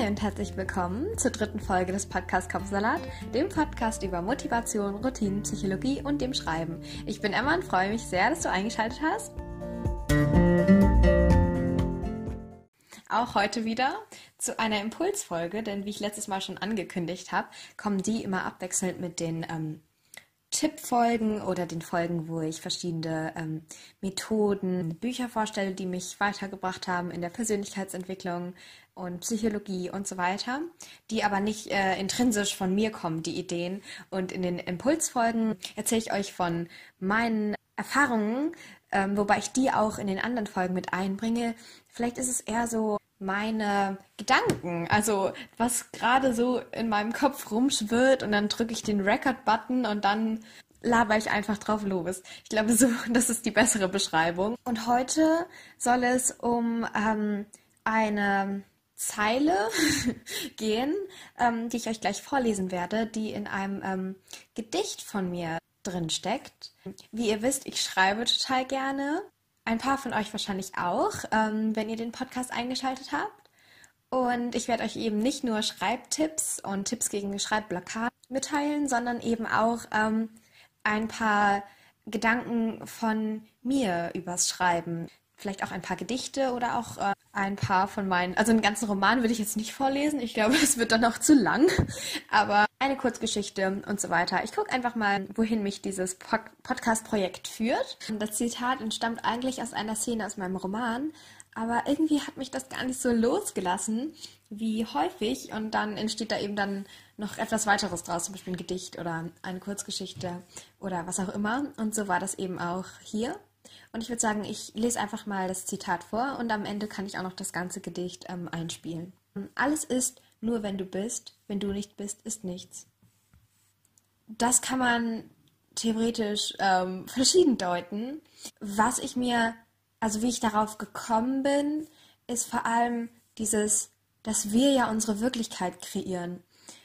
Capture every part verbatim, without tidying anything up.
Hi und herzlich willkommen zur dritten Folge des Podcasts Kopfsalat, dem Podcast über Motivation, Routinen, Psychologie und dem Schreiben. Ich bin Emma und freue mich sehr, dass du eingeschaltet hast. Auch heute wieder zu einer Impulsfolge, denn wie ich letztes Mal schon angekündigt habe, kommen die immer abwechselnd mit den ähm, Tippfolgen oder den Folgen, wo ich verschiedene ähm, Methoden, Bücher vorstelle, die mich weitergebracht haben in der Persönlichkeitsentwicklung und Psychologie und so weiter, die aber nicht äh, intrinsisch von mir kommen, die Ideen. Und in den Impulsfolgen erzähle ich euch von meinen Erfahrungen, ähm, wobei ich die auch in den anderen Folgen mit einbringe. Vielleicht ist es eher so meine Gedanken, also was gerade so in meinem Kopf rumschwirrt und dann drücke ich den Record-Button und dann laber ich einfach drauf los. Ich glaube, so, das ist die bessere Beschreibung. Und heute soll es um ähm, eine Zeile gehen, ähm, die ich euch gleich vorlesen werde, die in einem ähm, Gedicht von mir drin steckt. Wie ihr wisst, ich schreibe total gerne. Ein paar von euch wahrscheinlich auch, ähm, wenn ihr den Podcast eingeschaltet habt. Und ich werde euch eben nicht nur Schreibtipps und Tipps gegen Schreibblockaden mitteilen, sondern eben auch ähm, ein paar Gedanken von mir übers Schreiben. Vielleicht auch ein paar Gedichte oder auch äh, ein paar von meinen, also einen ganzen Roman würde ich jetzt nicht vorlesen. Ich glaube, es wird dann auch zu lang. Aber eine Kurzgeschichte und so weiter. Ich gucke einfach mal, wohin mich dieses Pod- Podcast-Projekt führt. Das Zitat entstammt eigentlich aus einer Szene aus meinem Roman, aber irgendwie hat mich das gar nicht so losgelassen wie häufig und dann entsteht da eben dann noch etwas weiteres draus, zum Beispiel ein Gedicht oder eine Kurzgeschichte oder was auch immer. Und so war das eben auch hier. Und ich würde sagen, ich lese einfach mal das Zitat vor und am Ende kann ich auch noch das ganze Gedicht ähm, einspielen. Alles ist nur, wenn du bist, wenn du nicht bist, ist nichts. Das kann man theoretisch ähm, verschieden deuten. Was ich mir, also wie ich darauf gekommen bin, ist vor allem dieses, dass wir ja unsere Wirklichkeit kreieren.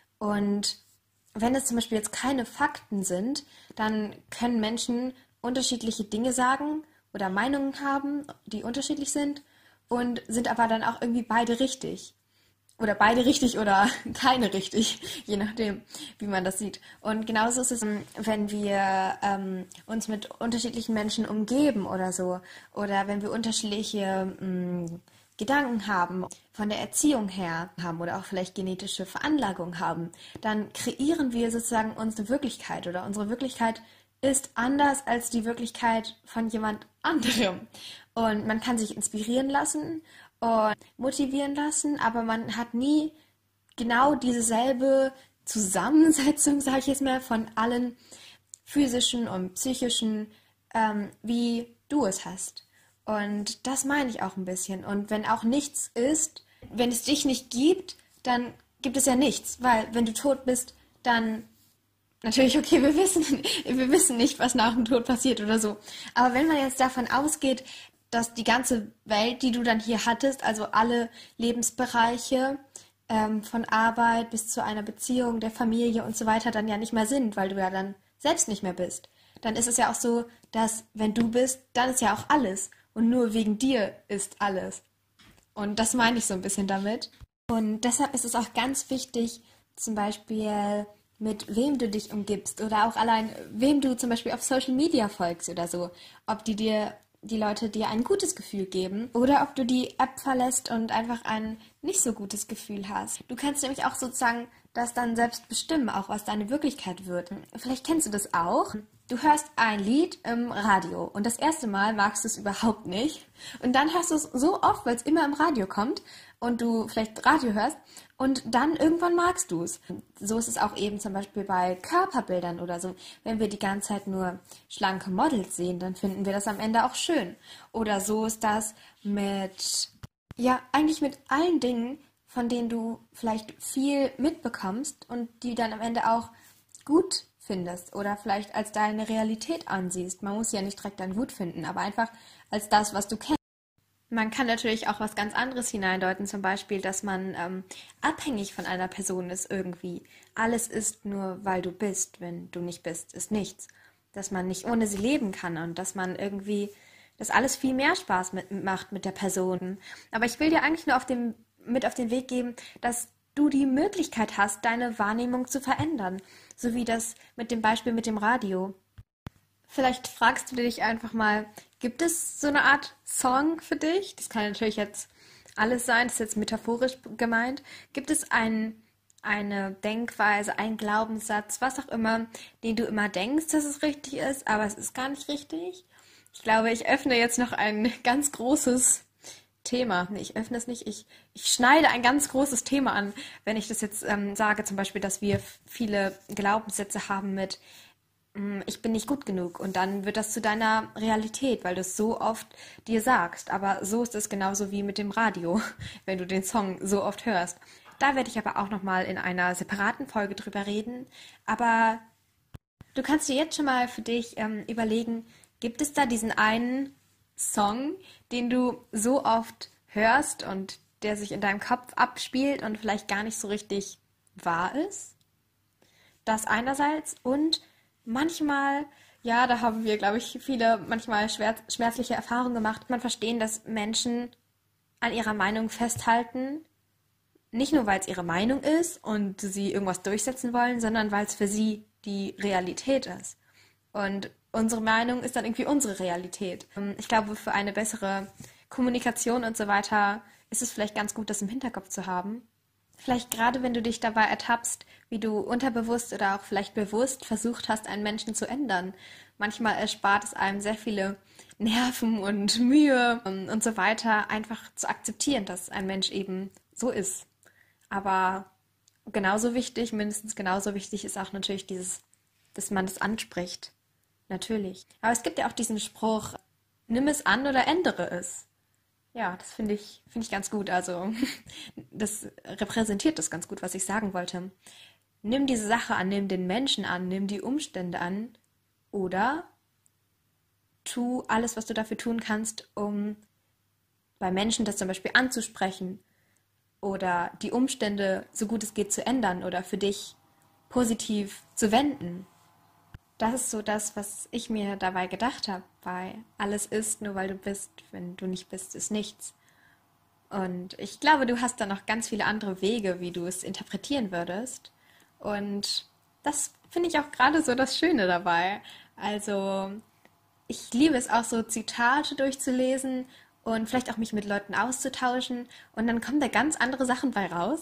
Und wenn es zum Beispiel jetzt keine Fakten sind, dann können Menschen unterschiedliche Dinge sagen oder Meinungen haben, die unterschiedlich sind und sind aber dann auch irgendwie beide richtig. Oder beide richtig oder keine richtig, je nachdem, wie man das sieht. Und genauso ist es, wenn wir ähm, uns mit unterschiedlichen Menschen umgeben oder so. Oder wenn wir unterschiedliche mh, Gedanken haben, von der Erziehung her haben oder auch vielleicht genetische Veranlagung haben, dann kreieren wir sozusagen unsere Wirklichkeit oder unsere Wirklichkeit ist anders als die Wirklichkeit von jemand anderem. Und man kann sich inspirieren lassen und motivieren lassen, aber man hat nie genau dieselbe Zusammensetzung, sage ich jetzt mal, von allen physischen und psychischen, ähm, wie du es hast. Und das meine ich auch ein bisschen. Und wenn auch nichts ist, wenn es dich nicht gibt, dann gibt es ja nichts, weil wenn du tot bist, dann natürlich, okay, wir wissen, wir wissen nicht, was nach dem Tod passiert oder so. Aber wenn man jetzt davon ausgeht, dass die ganze Welt, die du dann hier hattest, also alle Lebensbereiche, ähm, von Arbeit bis zu einer Beziehung, der Familie und so weiter, dann ja nicht mehr sind, weil du ja dann selbst nicht mehr bist, dann ist es ja auch so, dass wenn du bist, dann ist ja auch alles. Und nur wegen dir ist alles. Und das meine ich so ein bisschen damit. Und deshalb ist es auch ganz wichtig, zum Beispiel mit wem du dich umgibst oder auch allein, wem du zum Beispiel auf Social Media folgst oder so. Ob die dir, die Leute dir ein gutes Gefühl geben oder ob du die App verlässt und einfach ein nicht so gutes Gefühl hast. Du kannst nämlich auch sozusagen das dann selbst bestimmen, auch was deine Wirklichkeit wird. Vielleicht kennst du das auch. Du hörst ein Lied im Radio und das erste Mal magst du es überhaupt nicht und dann hörst du es so oft, weil es immer im Radio kommt und du vielleicht Radio hörst und dann irgendwann magst du es. So ist es auch eben zum Beispiel bei Körperbildern oder so. Wenn wir die ganze Zeit nur schlanke Models sehen, dann finden wir das am Ende auch schön. Oder so ist das mit, ja, eigentlich mit allen Dingen, von denen du vielleicht viel mitbekommst und die dann am Ende auch gut findest oder vielleicht als deine Realität ansiehst. Man muss ja nicht direkt dann gut finden, aber einfach als das, was du kennst. Man kann natürlich auch was ganz anderes hineindeuten, zum Beispiel, dass man ähm, abhängig von einer Person ist irgendwie. Alles ist nur, weil du bist. Wenn du nicht bist, ist nichts. Dass man nicht ohne sie leben kann und dass man irgendwie, dass alles viel mehr Spaß mit, macht mit der Person. Aber ich will dir eigentlich nur auf den mit auf den Weg geben, dass du die Möglichkeit hast, deine Wahrnehmung zu verändern. So wie das mit dem Beispiel mit dem Radio. Vielleicht fragst du dich einfach mal, gibt es so eine Art Song für dich? Das kann natürlich jetzt alles sein, das ist jetzt metaphorisch gemeint. Gibt es einen, eine Denkweise, einen Glaubenssatz, was auch immer, den du immer denkst, dass es richtig ist, aber es ist gar nicht richtig? Ich glaube, ich öffne jetzt noch ein ganz großes Thema. Nee, ich öffne es nicht, ich, ich schneide ein ganz großes Thema an, wenn ich das jetzt ähm, sage, zum Beispiel, dass wir viele Glaubenssätze haben mit ich bin nicht gut genug und dann wird das zu deiner Realität, weil du es so oft dir sagst. Aber so ist es genauso wie mit dem Radio, wenn du den Song so oft hörst. Da werde ich aber auch nochmal in einer separaten Folge drüber reden. Aber du kannst dir jetzt schon mal für dich ähm, überlegen, gibt es da diesen einen Song, den du so oft hörst und der sich in deinem Kopf abspielt und vielleicht gar nicht so richtig wahr ist? Das einerseits und manchmal, ja, da haben wir, glaube ich, viele manchmal schwer, schmerzliche Erfahrungen gemacht. Man verstehen, dass Menschen an ihrer Meinung festhalten, nicht nur, weil es ihre Meinung ist und sie irgendwas durchsetzen wollen, sondern weil es für sie die Realität ist. Und unsere Meinung ist dann irgendwie unsere Realität. Ich glaube, für eine bessere Kommunikation und so weiter ist es vielleicht ganz gut, das im Hinterkopf zu haben. Vielleicht gerade, wenn du dich dabei ertappst, wie du unterbewusst oder auch vielleicht bewusst versucht hast, einen Menschen zu ändern. Manchmal erspart es einem sehr viele Nerven und Mühe und so weiter, einfach zu akzeptieren, dass ein Mensch eben so ist. Aber genauso wichtig, mindestens genauso wichtig ist auch natürlich dieses, dass man das anspricht. Natürlich. Aber es gibt ja auch diesen Spruch, nimm es an oder ändere es. Ja, das finde ich, finde ich ganz gut. Also, das repräsentiert das ganz gut, was ich sagen wollte. Nimm diese Sache an, nimm den Menschen an, nimm die Umstände an oder tu alles, was du dafür tun kannst, um bei Menschen das zum Beispiel anzusprechen oder die Umstände, so gut es geht, zu ändern oder für dich positiv zu wenden. Das ist so das, was ich mir dabei gedacht habe, weil alles ist, nur weil du bist, wenn du nicht bist, ist nichts. Und ich glaube, du hast da noch ganz viele andere Wege, wie du es interpretieren würdest. Und das finde ich auch gerade so das Schöne dabei. Also ich liebe es auch so, Zitate durchzulesen und vielleicht auch mich mit Leuten auszutauschen. Und dann kommen da ganz andere Sachen bei raus.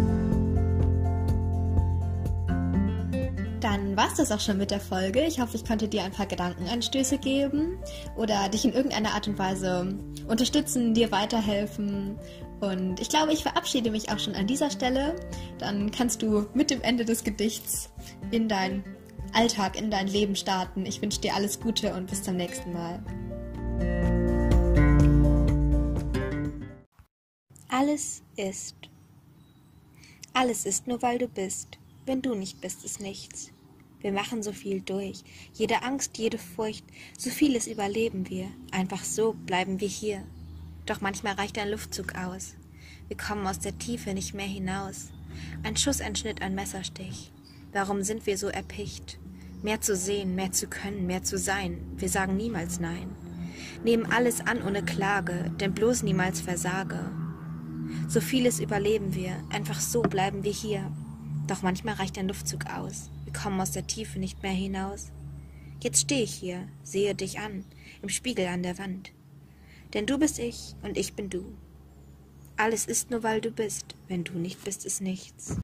Dann war es das auch schon mit der Folge. Ich hoffe, ich konnte dir ein paar Gedankenanstöße geben oder dich in irgendeiner Art und Weise unterstützen, dir weiterhelfen. Und ich glaube, ich verabschiede mich auch schon an dieser Stelle. Dann kannst du mit dem Ende des Gedichts in deinen Alltag, in dein Leben starten. Ich wünsche dir alles Gute und bis zum nächsten Mal. Alles ist. Alles ist nur, weil du bist. Wenn du nicht bist, ist nichts. Wir machen so viel durch, jede Angst, jede Furcht, so vieles überleben wir. Einfach so bleiben wir hier. Doch manchmal reicht ein Luftzug aus. Wir kommen aus der Tiefe nicht mehr hinaus. Ein Schuss, ein Schnitt, ein Messerstich. Warum sind wir so erpicht? Mehr zu sehen, mehr zu können, mehr zu sein. Wir sagen niemals Nein. Nehmen alles an ohne Klage, denn bloß niemals versage. So vieles überleben wir, einfach so bleiben wir hier. Doch manchmal reicht ein Luftzug aus. Wir kommen aus der Tiefe nicht mehr hinaus. Jetzt stehe ich hier, sehe dich an, im Spiegel an der Wand. Denn du bist ich und ich bin du. Alles ist nur, weil du bist. Wenn du nicht bist, ist nichts.